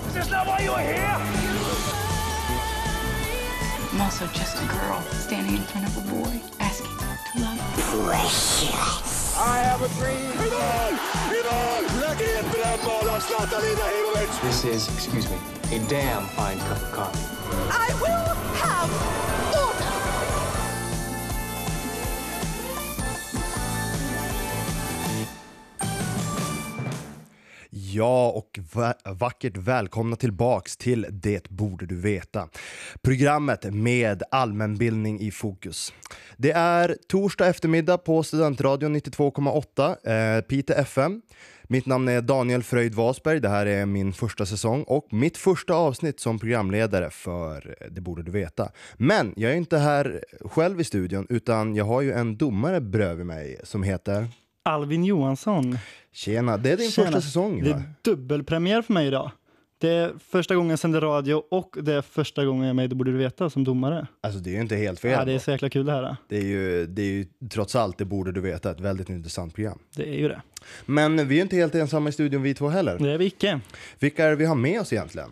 That's not why you're here! I'm also just a girl standing in front of a boy asking to love. Precious! I have a dream! This is, excuse me, a damn fine cup of coffee. I will have order! Ja, och vackert välkomna tillbaks till Det borde du veta. Programmet med allmänbildning i fokus. Det är torsdag eftermiddag på Studentradion 92,8, Pite FM. Mitt namn är Daniel Fröjd Wasberg. Det här är min första säsong och mitt första avsnitt som programledare för Det borde du veta. Men jag är inte här själv i studion utan jag har ju en domare bredvid mig som heter... Alvin Johansson. Tjena, det är din första säsong. Det är dubbelpremiär för mig idag. Det är första gången jag sänder radio och det är första gången jag är med Det borde du veta som domare. Alltså det är ju inte helt fel. Ja, det är så jäkla kul det här. Det är ju trots allt Det borde du veta ett väldigt intressant program. Det är ju det. Men vi är inte helt ensamma i studion vi två heller. Det är vi icke. Vilka är vi har med oss egentligen?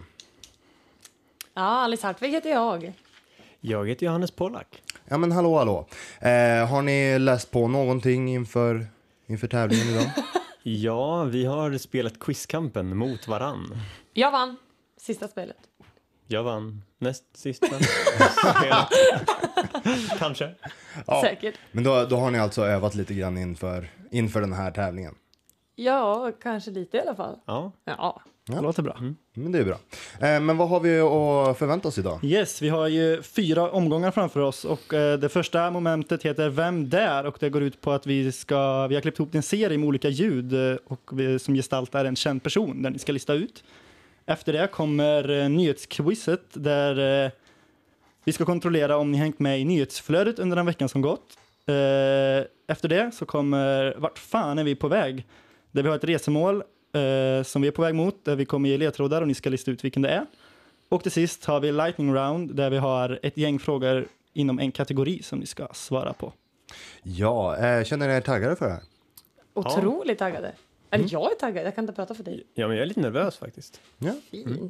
Ja, Alice Hartvig heter jag. Jag heter Johannes Pollack. Ja men hallå. Har ni läst på någonting inför tävlingen idag? Ja, vi har spelat quizkampen mot varann. Jag vann sista spelet. Jag vann näst sista spelet. Kanske. Ja, säkert. Men då har ni alltså övat lite grann inför den här tävlingen? Ja, kanske lite i alla fall. Ja. Det låter bra. Men det är bra. Men vad har vi att förvänta oss idag? Yes, vi har ju 4 omgångar framför oss och det första momentet heter Vem där? Och det går ut på att vi har klippt ihop en serie med olika ljud som gestaltar en känd person där ni ska lista ut. Efter det kommer nyhetsquizet där vi ska kontrollera om ni hängt med i nyhetsflödet under den veckan som gått. Efter det så kommer Vart fan är vi på väg? Där vi har ett resemål som vi är på väg mot, där vi kommer ge ledtrådar och ni ska lista ut vilken det är. Och till sist har vi Lightning Round där vi har ett gäng frågor inom en kategori som ni ska svara på. Ja, känner ni er taggade för det här? Otroligt taggade. Eller jag är taggad, jag kan inte prata för dig. Ja, men jag är lite nervös faktiskt. Ja. Fint.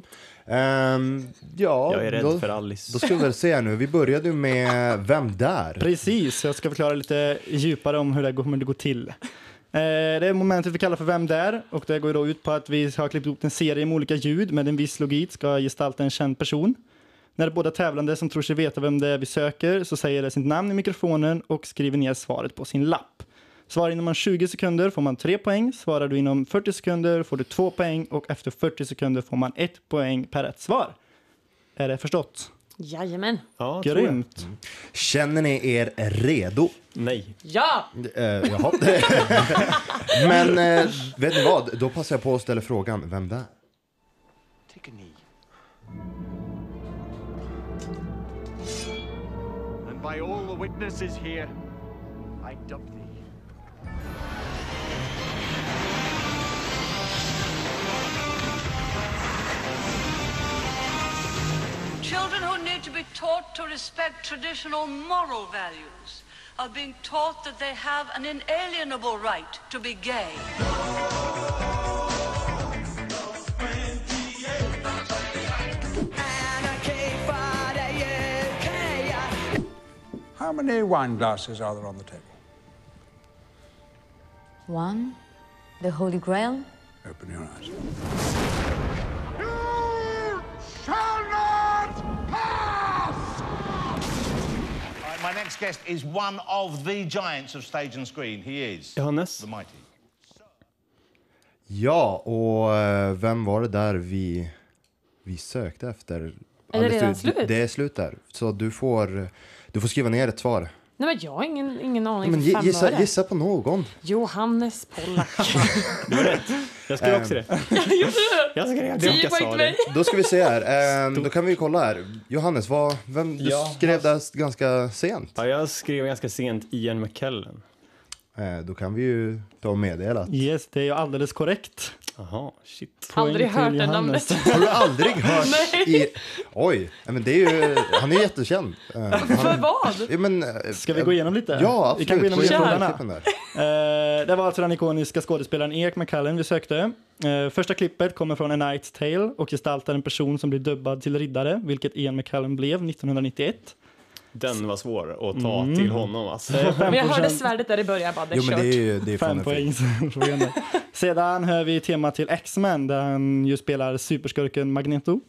Ja, jag är rädd för Alice. Då ska vi väl se nu. Vi började ju med Vem där? Precis, jag ska förklara lite djupare om hur det kommer att gå till. Det är momentet vi kallar för Vem där? Och det går då ut på att vi har klippt ihop en serie med olika ljud med en viss logik ska gestalta en känd person. När båda tävlande som tror sig veta vem det är vi söker så säger det sitt namn i mikrofonen och skriver ner svaret på sin lapp. Svarar inom 20 sekunder får man 3 poäng. Svarar du inom 40 sekunder får du 2 poäng och efter 40 sekunder får man 1 poäng per rätt svar. Är det förstått? Jajamän. Ja, grymt. Känner ni er redo? Nej. Ja! Jaha. Men vet ni vad? Då passar jag på att ställa frågan. Vem där? Take a knee. And by all the witnesses here, I dub thee. Children who need to be taught to respect traditional moral values are being taught that they have an inalienable right to be gay. How many wine glasses are there on the table? 1, the Holy Grail. Open your eyes. My next guest is one of the giants of stage and screen. He is Johannes. the mighty. Ja, och vem var det där vi sökte efter? Är det redan slut? Det är slut där. Så du får skriva ner ett svar. Nej, men jag har ingen aning. Men gissa på någon. Johannes Pollack. Det var rätt. Jag skrev också det. Jag skrev 10 poäng till mig. Då ska vi se här. Då kan vi kolla här. Johannes, du skrev det ganska sent. Ja, jag skrev ganska sent Ian McKellen. Då kan vi ju ta och meddela. Yes, det är ju alldeles korrekt. Jaha, shit. Aldrig hört det namnet. Har du aldrig hört i... Oj, men det är ju... Han är jättekänd. För vad? Ja, men, Ska vi gå igenom lite? Ja, Vi kan gå igenom absolut. Det var alltså den ikoniska skådespelaren Ian McKellen vi sökte. Första klippet kommer från A Knight's Tale och gestaltar en person som blir dubbad till riddare, vilket Ian McKellen blev 1991. Den var svår att ta till honom alltså. Men jag hörde svärdet där i början, bara det är jo, men det är 5 poäng. Sedan hör vi tema till X-Men där han ju spelar superskurken Magneto.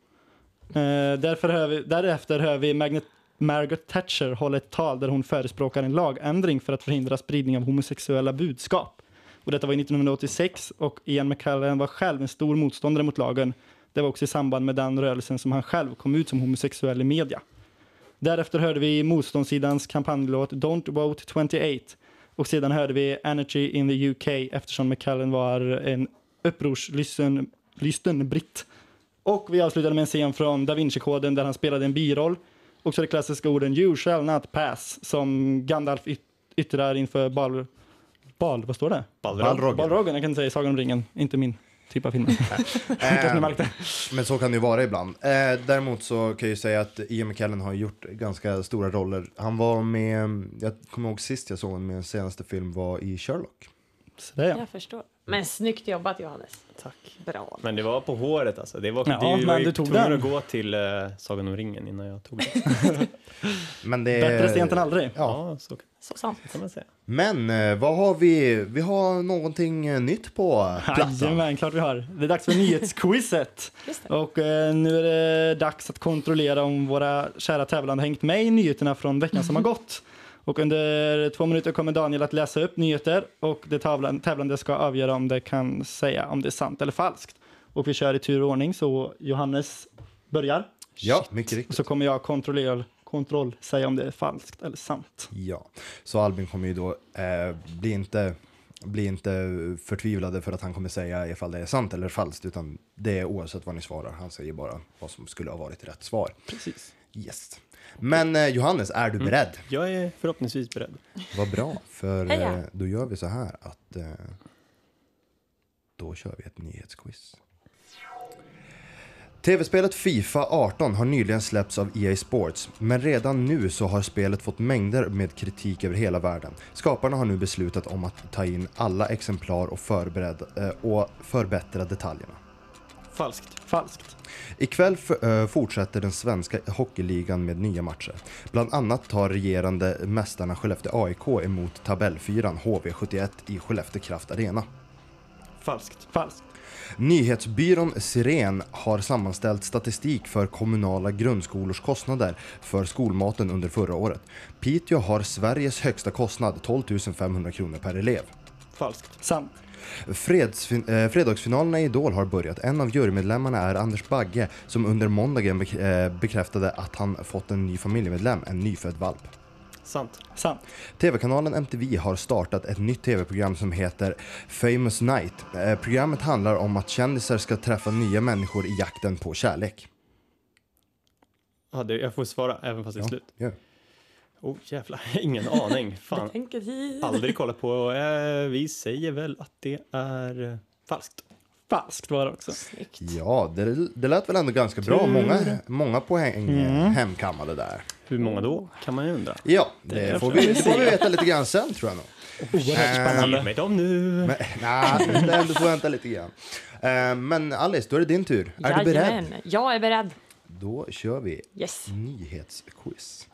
Därefter hör vi Margaret Thatcher hålla ett tal där hon förespråkar en lagändring för att förhindra spridning av homosexuella budskap. Och detta var 1986 och Ian McKellen var själv en stor motståndare mot lagen. Det var också i samband med den rörelsen som han själv kom ut som homosexuell i media. Därefter hörde vi motståndssidans kampanjlåt Don't Vote 28 och sedan hörde vi Energy in the UK eftersom McKellen var en upprorslysten britt. Och vi avslutade med en scen från Da Vinci-koden där han spelade en biroll. Och så de klassiska orden You shall not pass som Gandalf yttrar inför vad står det? Balrogen, jag kan säga Sagan om ringen, inte min typ av film. Men så kan det ju vara ibland. Däremot så kan jag ju säga att Ian McKellen har gjort ganska stora roller. Han var med, jag kommer ihåg sist jag såg honom med senaste film var i Sherlock. Så det, ja. Jag förstår. Men snyggt jobbat, Johannes. Tack. Bra. Men det var på håret alltså. Det var, ja, det var ju tvungen att gå till Sagan om ringen innan jag tog det. Men det bättre sent än aldrig. Ja, så sant kan man säga. Men vad har vi? Vi har någonting nytt på platsen. Jajamän, klart vi har. Det är dags för nyhetsquizet. Och nu är det dags att kontrollera om våra kära tävlande hängt med i nyheterna från veckan som har gått. Och under 2 minuter kommer Daniel att läsa upp nyheter och det tävlande ska avgöra om det kan säga om det är sant eller falskt. Och vi kör i tur och ordning så Johannes börjar. Ja, mycket riktigt. Och så kommer jag kontroll säga om det är falskt eller sant. Ja, så Albin kommer ju då bli inte förtvivlade för att han kommer säga ifall det är sant eller falskt utan det är oavsett vad ni svarar. Han säger bara vad som skulle ha varit rätt svar. Precis. Yes. Men Johannes, är du beredd? Jag är förhoppningsvis beredd. Vad bra, för då gör vi så här att då kör vi ett nyhetsquiz. TV-spelet FIFA 18 har nyligen släppts av EA Sports, men redan nu så har spelet fått mängder med kritik över hela världen. Skaparna har nu beslutat om att ta in alla exemplar och förbättra detaljerna. Falskt. Ikväll fortsätter den svenska hockeyligan med nya matcher. Bland annat tar regerande mästarna Skellefteå AIK emot tabellfyran HV71 i Skellefteå Kraft Arena. Falskt. Nyhetsbyrån Siren har sammanställt statistik för kommunala grundskolors kostnader för skolmaten under förra året. Piteå har Sveriges högsta kostnad, 12 500 kronor per elev. Falskt. Sant. Fredagsfinalerna i Idol har börjat. En av jurymedlemmarna är Anders Bagge som under måndagen bekräftade att han fått en ny familjemedlem, en nyfödd valp. Sant. TV-kanalen MTV har startat ett nytt tv-program som heter Famous Night. Programmet handlar om att kändisar ska träffa nya människor i jakten på kärlek. Ja, jag får svara även fast det är slut. Ja. Oh jävlar, ingen aning. Fan. Aldrig kollat på. Vi säger väl att det är falskt. Falskt var det också. Snyggt. Ja, det lät väl ändå ganska bra. Många poäng hemkammade där. Hur många då? Kan man ju undra. Ja, det får vi veta lite grann sen tror jag nog. Ge mig dem nu. Nej, du får vänta lite grann. Men Alice, då är det din tur. Är du beredd? Jag är beredd. Då kör vi Yes. nyhetsquiz.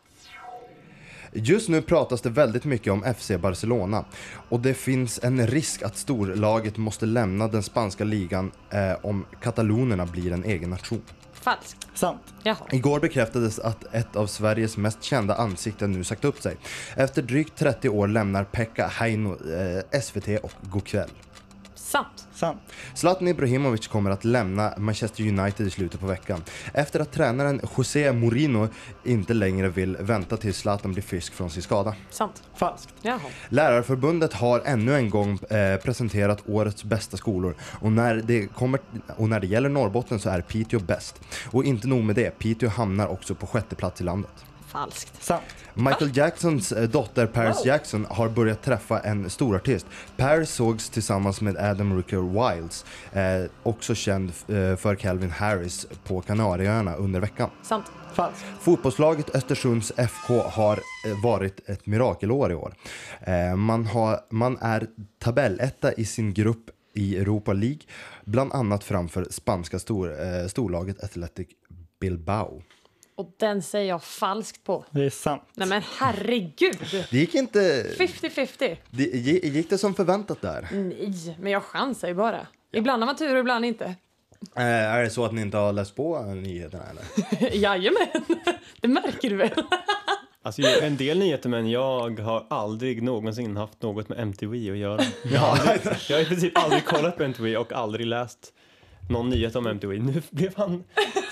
Just nu pratas det väldigt mycket om FC Barcelona och det finns en risk att storlaget måste lämna den spanska ligan om katalonerna blir en egen nation. Falskt. Sant. Jaha. Igår bekräftades att ett av Sveriges mest kända ansikten nu sagt upp sig. Efter drygt 30 år lämnar Pekka Heino SVT och Go'kväll. Sant. Zlatan Ibrahimovic kommer att lämna Manchester United i slutet på veckan. Efter att tränaren José Mourinho inte längre vill vänta till Zlatan blir frisk från sin skada. Sant. Falskt. Jaha. Lärarförbundet har ännu en gång presenterat årets bästa skolor. Och när det gäller Norrbotten så är Piteå bäst. Och inte nog med det, Piteå hamnar också på 6:e plats i landet. Falskt. Sant. Michael Jacksons dotter Paris Jackson har börjat träffa en stor artist. Paris sågs tillsammans med Adam Ricker Wiles, också känd för Calvin Harris, på Kanarieöarna under veckan. Sant. Falskt. Fotbollslaget Östersunds FK har varit ett mirakelår i år. Man är tabelletta i sin grupp i Europa League, bland annat framför spanska storlaget Athletic Bilbao. Och den säger jag falskt på. Det är sant. Nej men herregud. Det gick inte... 50-50. Gick det som förväntat där? Nej, men jag chansar ju bara. Ibland har man tur och ibland inte. Är det så att ni inte har läst på nyheterna eller? Jajamän, det märker du väl? Alltså en del nyheter, men jag har aldrig någonsin haft något med MTV att göra. Jag har i princip aldrig kollat på MTV och aldrig läst någon nyhet om MTV. Nu blev han...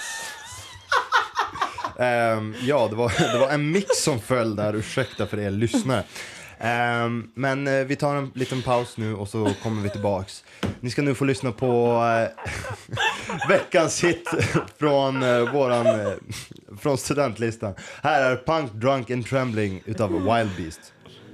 Ja, det var en mix som föll där, ursäkta för er lyssnare. Men vi tar en liten paus nu och så kommer vi tillbaks. Ni ska nu få lyssna på veckans hit från studentlistan. Här är Punk, Drunk and Trembling utav Wild Beast.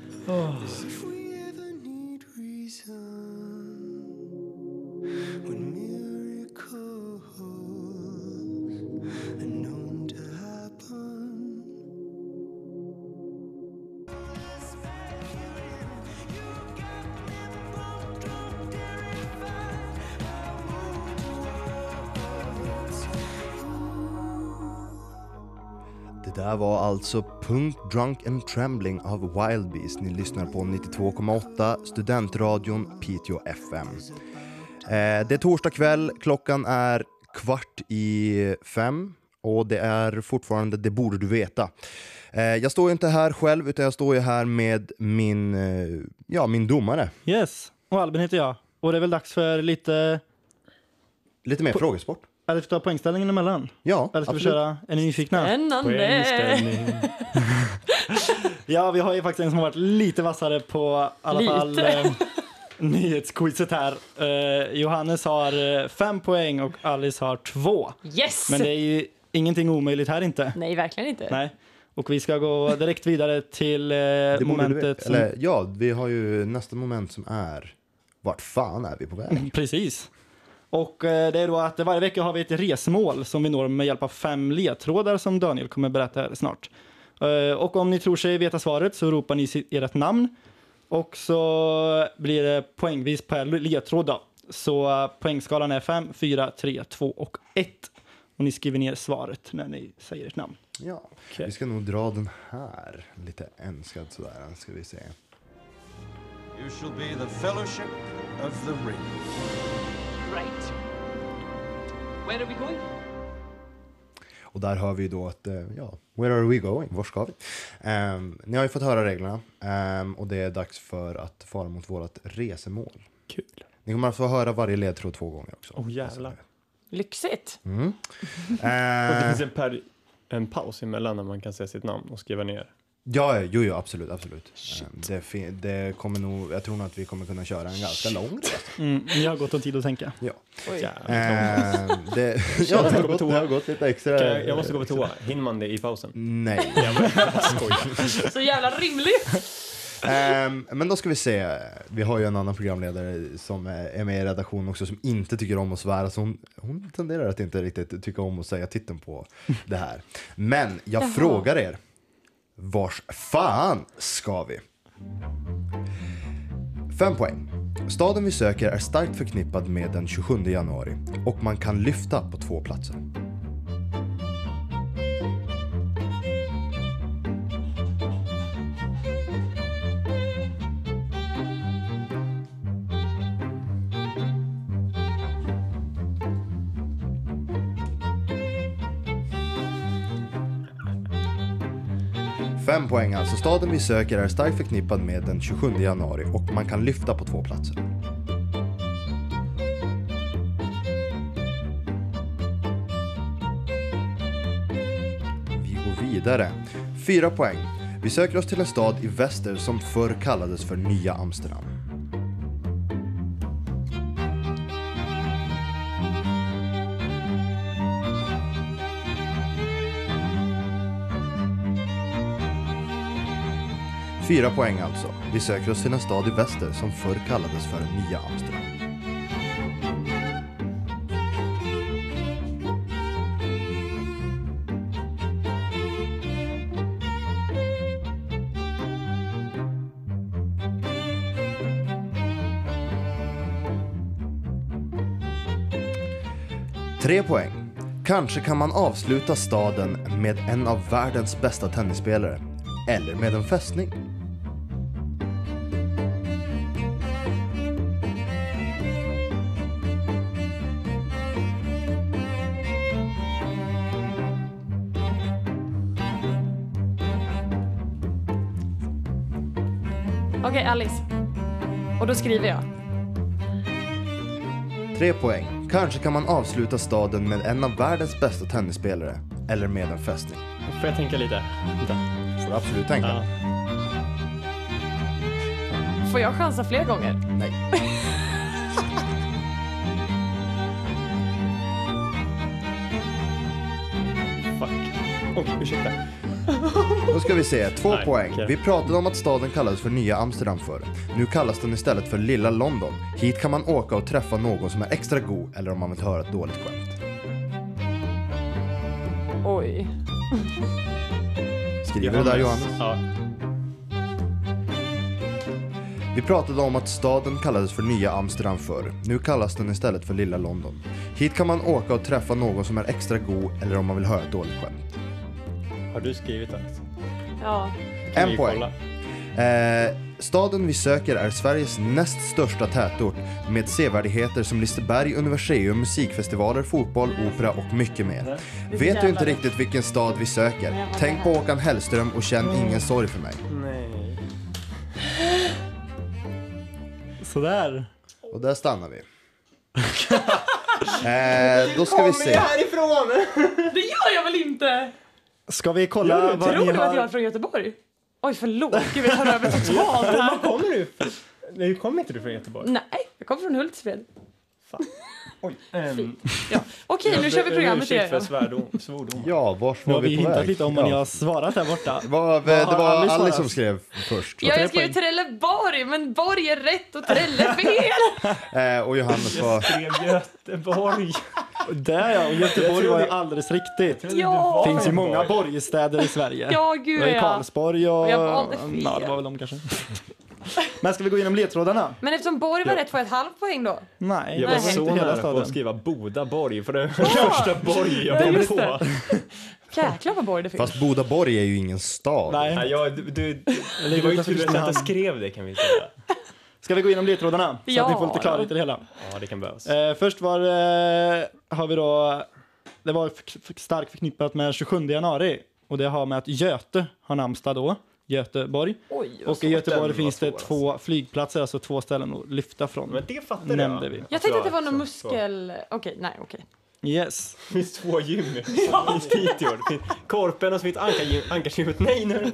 Det där var alltså Punk, Drunk and Trembling av Wild Beast. Ni lyssnar på 92,8 studentradion Piteå FM. Det är torsdag kväll, klockan är 4:45 och det är fortfarande Det borde du veta. Jag står ju inte här själv utan jag står ju här med min domare. Yes, och Albin heter jag. Och det är väl dags för lite mer frågesport. Eller ska vi ta poängställningen emellan? Ja, eller ska vi köra en nyfikna? Spännande! Ja, vi har ju faktiskt en som har varit lite vassare på alla fall nyhetsquizet här. Johannes har 5 poäng och Alice har 2. Yes! Men det är ju ingenting omöjligt här inte. Nej, verkligen inte. Nej. Och vi ska gå direkt vidare till momentet. Vi har ju nästa moment som är vart fan är vi på väg? Precis. Och det är då att varje vecka har vi ett resmål som vi når med hjälp av 5 ledtrådar som Daniel kommer berätta här snart. Och om ni tror sig veta svaret så ropar ni ert namn. Och så blir det poängvis per ledtråd då. Så poängskalan är 5, 4, 3, 2 och 1. Och ni skriver ner svaret när ni säger ert namn. Ja, vi ska nog dra den här lite önskad sådär, ska vi se. You shall be the fellowship of the ring. Right. Where are we going? Och där hör vi då att, where are we going? Var ska vi? Ni har ju fått höra reglerna och det är dags för att fara mot vårt resemål. Kul. Ni kommer att få höra varje ledtråd 2 gånger också. Jävlar. Lyxigt. Och det finns en paus emellan när man kan säga sitt namn och skriva ner. Ja, absolut. Det kommer nog, jag tror nog att vi kommer kunna köra en ganska lång resa. Ni har gått om tid att tänka. Ja. Det har gått lite extra. Jag måste gå på toa. Hinner man det i pausen? Nej. Så jävla rimligt. Men då ska vi se. Vi har ju en annan programledare som är med i redaktion också som inte tycker om att svära. Så hon tenderar att inte riktigt tycka om att säga titeln på det här. Men jag frågar er. Vars fan ska vi? 5 poäng. Staden vi söker är starkt förknippad med den 27 januari och man kan lyfta på 2 platser. Fem poäng alltså. Staden vi söker är starkt förknippad med den 27 januari och man kan lyfta på 2 platser. Vi går vidare. 4 poäng. Vi söker oss till en stad i väster som förr kallades för Nya Amsterdam. 4 poäng alltså. Vi söker oss till en stad i väster som förr kallades för Nya Amsterdam. Tre poäng. Kanske kan man avsluta staden med en av världens bästa tennisspelare. Eller med en fästning. Okej, Alice. Och då skriver jag. 3 poäng. Kanske kan man avsluta staden med en av världens bästa tennisspelare. Eller med en fästning. Får jag tänka lite? Får du absolut tänka. Ja. Får jag chansa fler gånger? Nej. Fuck. Oj, ursäkta. Då ska vi se, 2 Nej, poäng. okej. Vi pratade om att staden kallades för Nya Amsterdam förr. Nu kallas den istället för Lilla London. Hit kan man åka och träffa någon som är extra god eller om man vill höra ett dåligt skämt. Oj. Skriver du där, Johannes? Ja. Vi pratade om att staden kallades för Nya Amsterdam förr. Nu kallas den istället för Lilla London. Hit kan man åka och träffa någon som är extra god eller om man vill höra ett dåligt skämt. Har du skrivit allt? Ja. Kan 1 vi poäng. kolla? Staden vi söker är Sveriges näst största tätort med sevärdigheter som Liseberg, Universium, musikfestivaler, fotboll, opera och mycket mer. Vet du inte riktigt vilken stad vi söker? Tänk på Håkan Hellström och känn ingen sorg för mig. Nej. Sådär. Och där stannar vi. Då ska vi se. härifrån! Det gör jag väl inte? Ska vi kolla vad Tror ni du att jag är har? från Göteborg? Oj, förlåt. Gud, vi tar över totalt här. Var kommer du? Nej, kommer inte du från Göteborg? Nej, jag kommer från Hultsfred. Fan. Oj. Ja. Okej, nu kör vi programmet igen. För igen. svordom. Ja, vars Nu var har vi vi på hintat väg? lite om vad ni har svarat där borta. Det var har Alice Alice svarat? som skrev först. Ja, jag skrev Trelleborg, men Borg är rätt och Trelle fel. Och Johannes var... Skrev Göteborg. Där ja, och Göteborg var ju alldeles riktigt. Ja. Det finns ju många borgstäder i Sverige. Ja, gud, Det var ju ja. Karlsborg och... Och jag valde fel. Ja, det var väl de kanske. Men ska vi gå igenom ledtrådarna? Men eftersom Borg var rätt får jag ett halvt poäng då. Nej, Jag det var var så inte hela nära på staden. att skriva Bodaborg för det första borg jag kom just på. det. Jäklar vad Borg det finns. Fast Bodaborg är ju ingen stad. Nej. Nej, det var ju tur att jag skrev det, kan vi säga. Ska vi gå igenom ledtrådarna? Så Ja. att ni får lite klarhet i det hela. Ja, det kan behövas. Först var har vi då... Det var starkt förknippat med 27 januari. Och det har med att Göte har namnsdag då. Göteborg. Oj, och i Göteborg den finns var det svår, 2 flygplatser, alltså 2 ställen att lyfta från. Men det fattade Nämnde vi. Jag tänkte att det var någon muskel... Okej. Yes. Det finns 2 gym i Piteå. Det finns Korpen och så finns Ankargymmet. Nej, nu.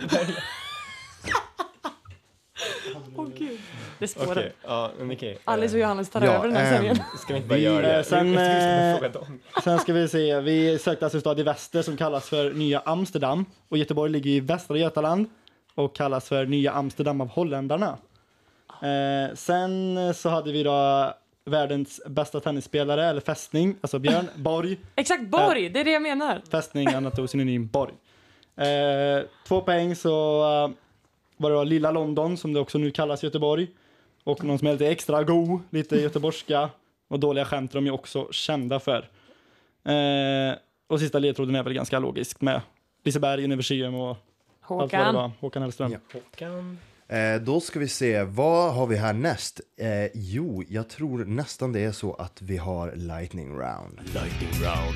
Åh gud. Det spårar. Okej, ja, men okej. Alice och Johannes tar Ja, över den här serien. Ska vi inte bara göra det? Sen ska vi se, vi sökte alltså en stad i väster som kallas för Nya Amsterdam. Och Göteborg ligger i västra Götaland och kallas för Nya Amsterdam av holländarna. Sen så hade vi då världens bästa tennisspelare, eller fästning, alltså Björn Borg. Exakt, Borg, det är det jag menar. Fästning, annat ord synonym Borg. 2 poäng så var det då Lilla London, som det också nu kallas Göteborg. Och någon som är lite extra god, lite göteborgska. Och dåliga skämt är de ju också kända för. Och sista ledtråden är väl ganska logisk med Liseberg, Universium och allt vad det var. Håkan Hellström. Ja. Håkan. Då ska vi se, vad har vi här näst? Jo, jag tror nästan det är så att vi har Lightning Round. Lightning round.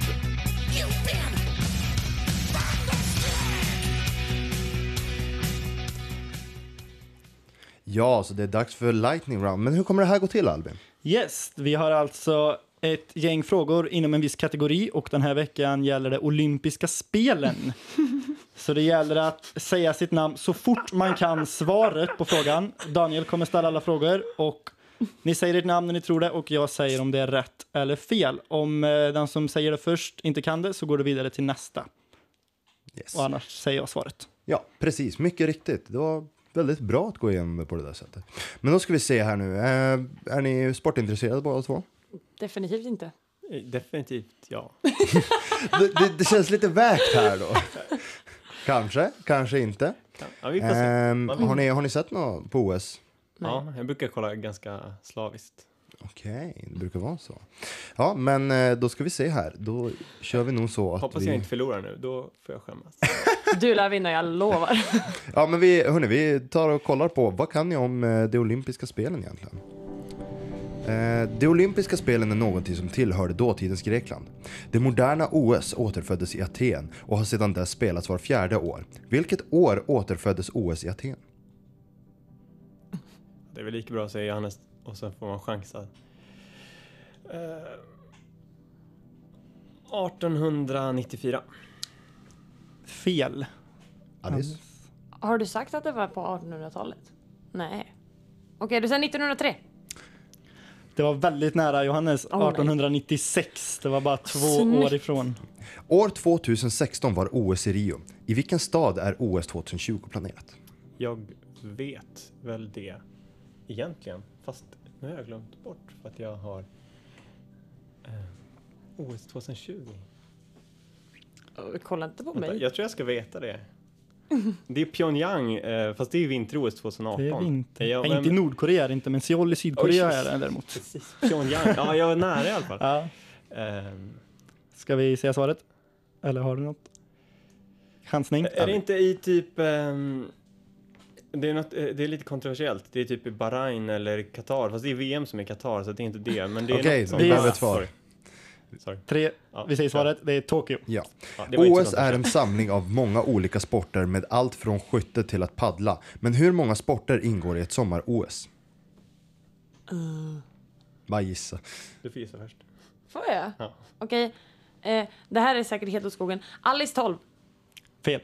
Ja, så det är dags för Lightning Round. Men hur kommer det här gå till, Albin? Yes, vi har alltså ett gäng frågor inom en viss kategori och den här veckan gäller det olympiska spelen. Så det gäller att säga sitt namn så fort man kan svaret på frågan. Daniel kommer ställa alla frågor och ni säger ert namn när ni tror det och jag säger om det är rätt eller fel. Om den som säger det först inte kan det så går det vidare till nästa. Yes. Och annars säger jag svaret. Ja, precis. Mycket riktigt. Det var väldigt bra att gå igenom det på det där sättet. Men då ska vi se här nu. Är ni sportintresserade båda två? Definitivt inte. Definitivt, ja. Det känns lite vägt här då. Kanske inte. Ja, vi får se. Har ni sett något på OS? Ja, jag brukar kolla ganska slaviskt. Okej, det brukar vara så. Ja, men då ska vi se här. Då kör vi nog så att hoppas jag inte förlorar nu, då får jag skämmas. Du lär vinna, jag lovar. Ja, men vi tar och kollar på vad kan ni om de olympiska spelen egentligen? De olympiska spelen är någonting som tillhörde dåtidens Grekland. Det moderna OS återföddes i Aten och har sedan dess spelats var 4:e år. Vilket år återföddes OS i Aten? Det är väl lika bra att säga Johannes och sen får man chansa. 1894. Fel. Alice? Har du sagt att det var på 1800-talet? Nej. Okej, du säger 1903. Det var väldigt nära, Johannes. 1896. Det var bara 2 år ifrån. År 2016 var OS i Rio. I vilken stad är OS 2020 planerat? Jag vet väl det egentligen. Fast nu har jag glömt bort för att jag har OS 2020. Kolla inte på mig. Jag tror jag ska veta det. Det är Pyongyang, fast det är vinter-OS 2018. Det är vinter. Inte i Nordkorea är det inte, men Seoul i Sydkorea är det däremot. Precis. Pyongyang, ja jag är nära i alla fall. Ja. Ska vi säga svaret? Eller har du något? Chansning? Är det inte i typ... det är lite kontroversiellt. Det är typ i Bahrain eller Qatar. Fast det är VM som är Qatar, så det är inte det. Men det är okej, vi behöver ett svar. Sorry. 3, vi säger svaret. Det är Tokyo. Ja. OS är en samling av många olika sporter med allt från skytte till att paddla. Men hur många sporter ingår i ett sommar-OS? Bara gissa. Du får gissa först. Får jag? Ja. Okej. Det här är säkert helt åt skogen. Alice 12. Fel.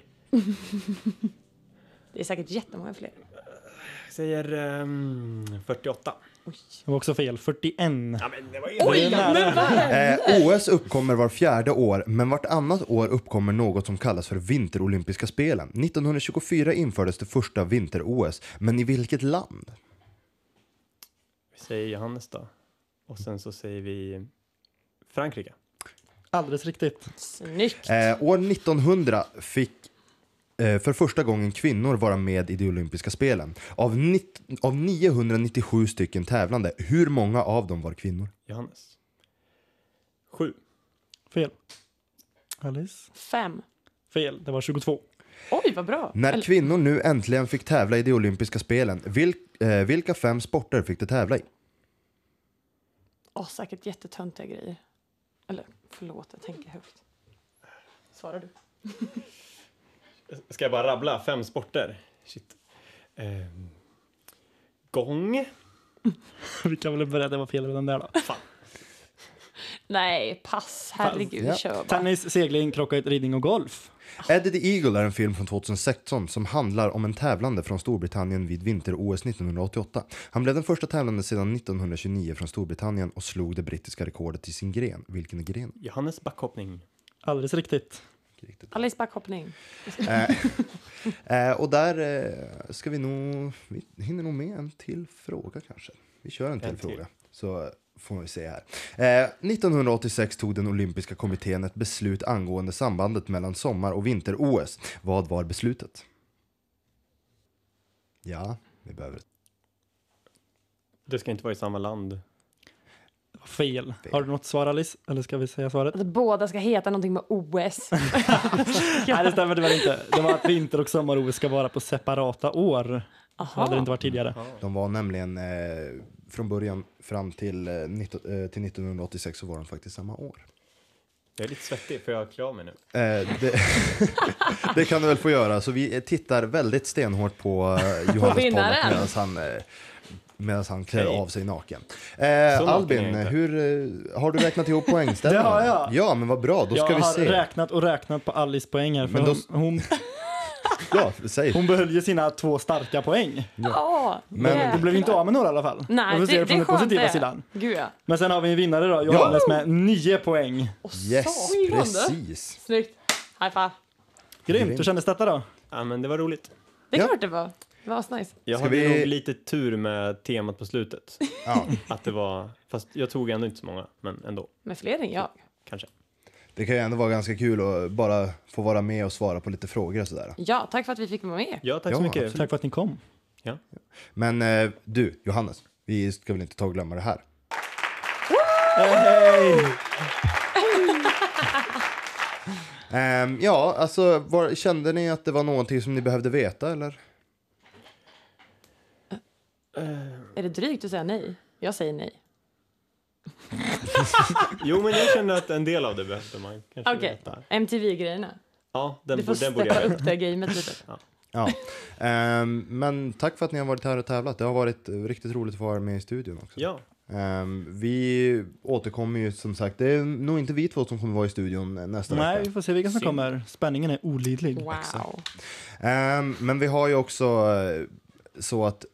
Det är säkert jättemånga fler. Jag säger 48. Det var också fel. 41. Ja, men det var OS uppkommer var 4:e år, men vartannat år uppkommer något som kallas för vinterolympiska spelen. 1924 infördes det första vinter-OS, men i vilket land? Vi säger Johannes då. Och sen så säger vi Frankrike. Alldeles riktigt. Snyggt. År 1900 fick för första gången kvinnor vara med i de olympiska spelen. Av 997 stycken tävlande, hur många av dem var kvinnor? Johannes. 7. Fel. Alice? 5. Fel, det var 22. Oj, vad bra. När kvinnor nu äntligen fick tävla i de olympiska spelen, vilka 5 sporter fick de tävla i? Säkert jättetöntiga grejer. Eller, förlåt, jag tänker högt. Svarar du? Ska jag bara rabbla 5 sporter? Shit. Gång. Vi kan väl börja, det var fel redan där då. Fan. Nej, pass. Herregud, Ja. kör bara. Tennis, segling, krockigt, ridning och golf. Eddie the Eagle är en film från 2016 som handlar om en tävlande från Storbritannien vid vinter-OS 1988. Han blev den första tävlande sedan 1929 från Storbritannien och slog det brittiska rekordet i sin gren. Vilken är grenen? Johannes backhoppning. Alldeles riktigt. Alice backhoppning. Och där ska vi hinner nog med en till fråga kanske. Vi kör en till fråga. Så får vi se här. 1986 tog den olympiska kommittén ett beslut angående sambandet mellan sommar- och vinter-OS. Vad var beslutet? Ja, vi behöver det. Det ska inte vara i samma land. Fel. Har du något svar, Alice? Eller ska vi säga svaret? Att båda ska heta någonting med OS. Nej, det stämmer tyvärr inte. Det var att vinter- och sommar-OS ska vara på separata år. Aha. Så hade det inte varit tidigare. De var nämligen från början fram till 1986 så var de faktiskt samma år. Jag är lite svettig för jag är klar med nu. Det kan du väl få göra. Så vi tittar väldigt stenhårt på Johannes Pollock medan han klär av sig naken. Albin, har du räknat ihop poängställningen? Det har jag. Ja, men vad bra. Då ska vi se. Jag har räknat på Alice poäng här. För hon behöll ju sina 2 starka poäng. Ja. Men du blev inte av med några i alla fall. Nej, det är den positiva sidan. Gud, ja. Men sen har vi en vinnare då, Johannes med 9 poäng. Yes, precis. Snyggt. High five. Grymt, hur kändes detta då? Ja, men det var roligt. Det är klart det var. Det var nice. Jag hade nog lite tur med temat på slutet. Ja. Att det var, fast jag tog ändå inte så många, men ändå. Med fler än jag. Kanske. Det kan ju ändå vara ganska kul att bara få vara med och svara på lite frågor och sådär. Ja, tack för att vi fick vara med. Ja, tack så mycket. Absolut. Tack för att ni kom. Ja. Men du, Johannes, vi ska väl inte ta och glömma det här. Hey! Ja, alltså kände ni att det var någonting som ni behövde veta, eller? Är det drygt att säga nej? Jag säger nej. Jo, men jag kände att en del av det behövde man kanske veta. MTV-grejerna. Ja, du får den borde steppa jag upp det gamet lite. Ja. Men tack för att ni har varit här och tävlat. Det har varit riktigt roligt att vara med i studion också. Ja. Vi återkommer ju som sagt. Det är nog inte vi två som kommer vara i studion nästa vecka. Nej, vi får se vilka som kommer. Spänningen är olidlig. Wow. Men vi har ju också så att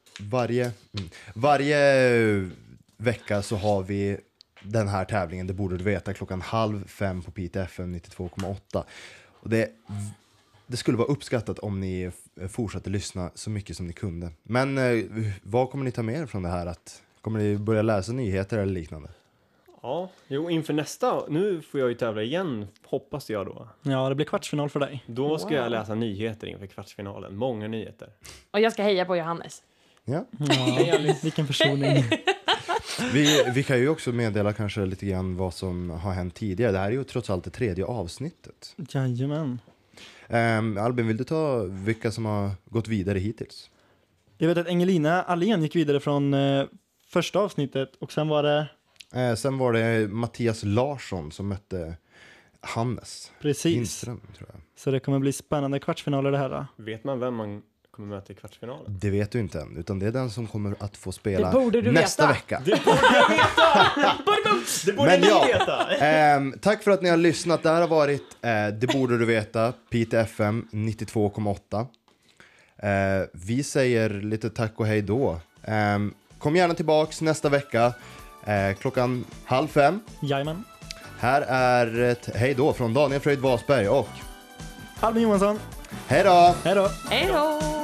varje vecka så har vi den här tävlingen, det borde du veta, 4:30 på Piteå FM 92,8. Och det skulle vara uppskattat om ni fortsatte lyssna så mycket som ni kunde. Men vad kommer ni ta med er från det här? Kommer ni börja läsa nyheter eller liknande? Ja, jo, inför nästa, nu får jag ju tävla igen, hoppas jag då. Ja, det blir kvartsfinal för dig. Då ska jag läsa nyheter inför kvartsfinalen, många nyheter. Och jag ska heja på Johannes. Ja. Vilken försoning. Vi kan ju också meddela kanske lite grann vad som har hänt tidigare. Det här är ju trots allt det 3:e avsnittet. Jajamän. Albin, vill du ta vilka som har gått vidare hittills? Jag vet att Engelina Allén gick vidare från första avsnittet och sen var det... Sen var det Mattias Larsson som mötte Hannes. Precis. Lindström, tror jag. Så det kommer bli spännande kvartsfinaler det här då. Vet man vem man kommer möta i kvartsfinalen? Det vet du inte än, utan det är den som kommer att få spela veta. nästa vecka. Det borde jag veta! Det borde ni veta! Tack för att ni har lyssnat. Det här har varit Det borde du veta, Piteå FM 92,8. Vi säger lite tack och hej då. Kom gärna tillbaks nästa vecka 4:30. Jajamän. Här är ett hej då från Daniel Fröjd Wasberg och Albin Johansson. Hej då! Hej då! Hej då!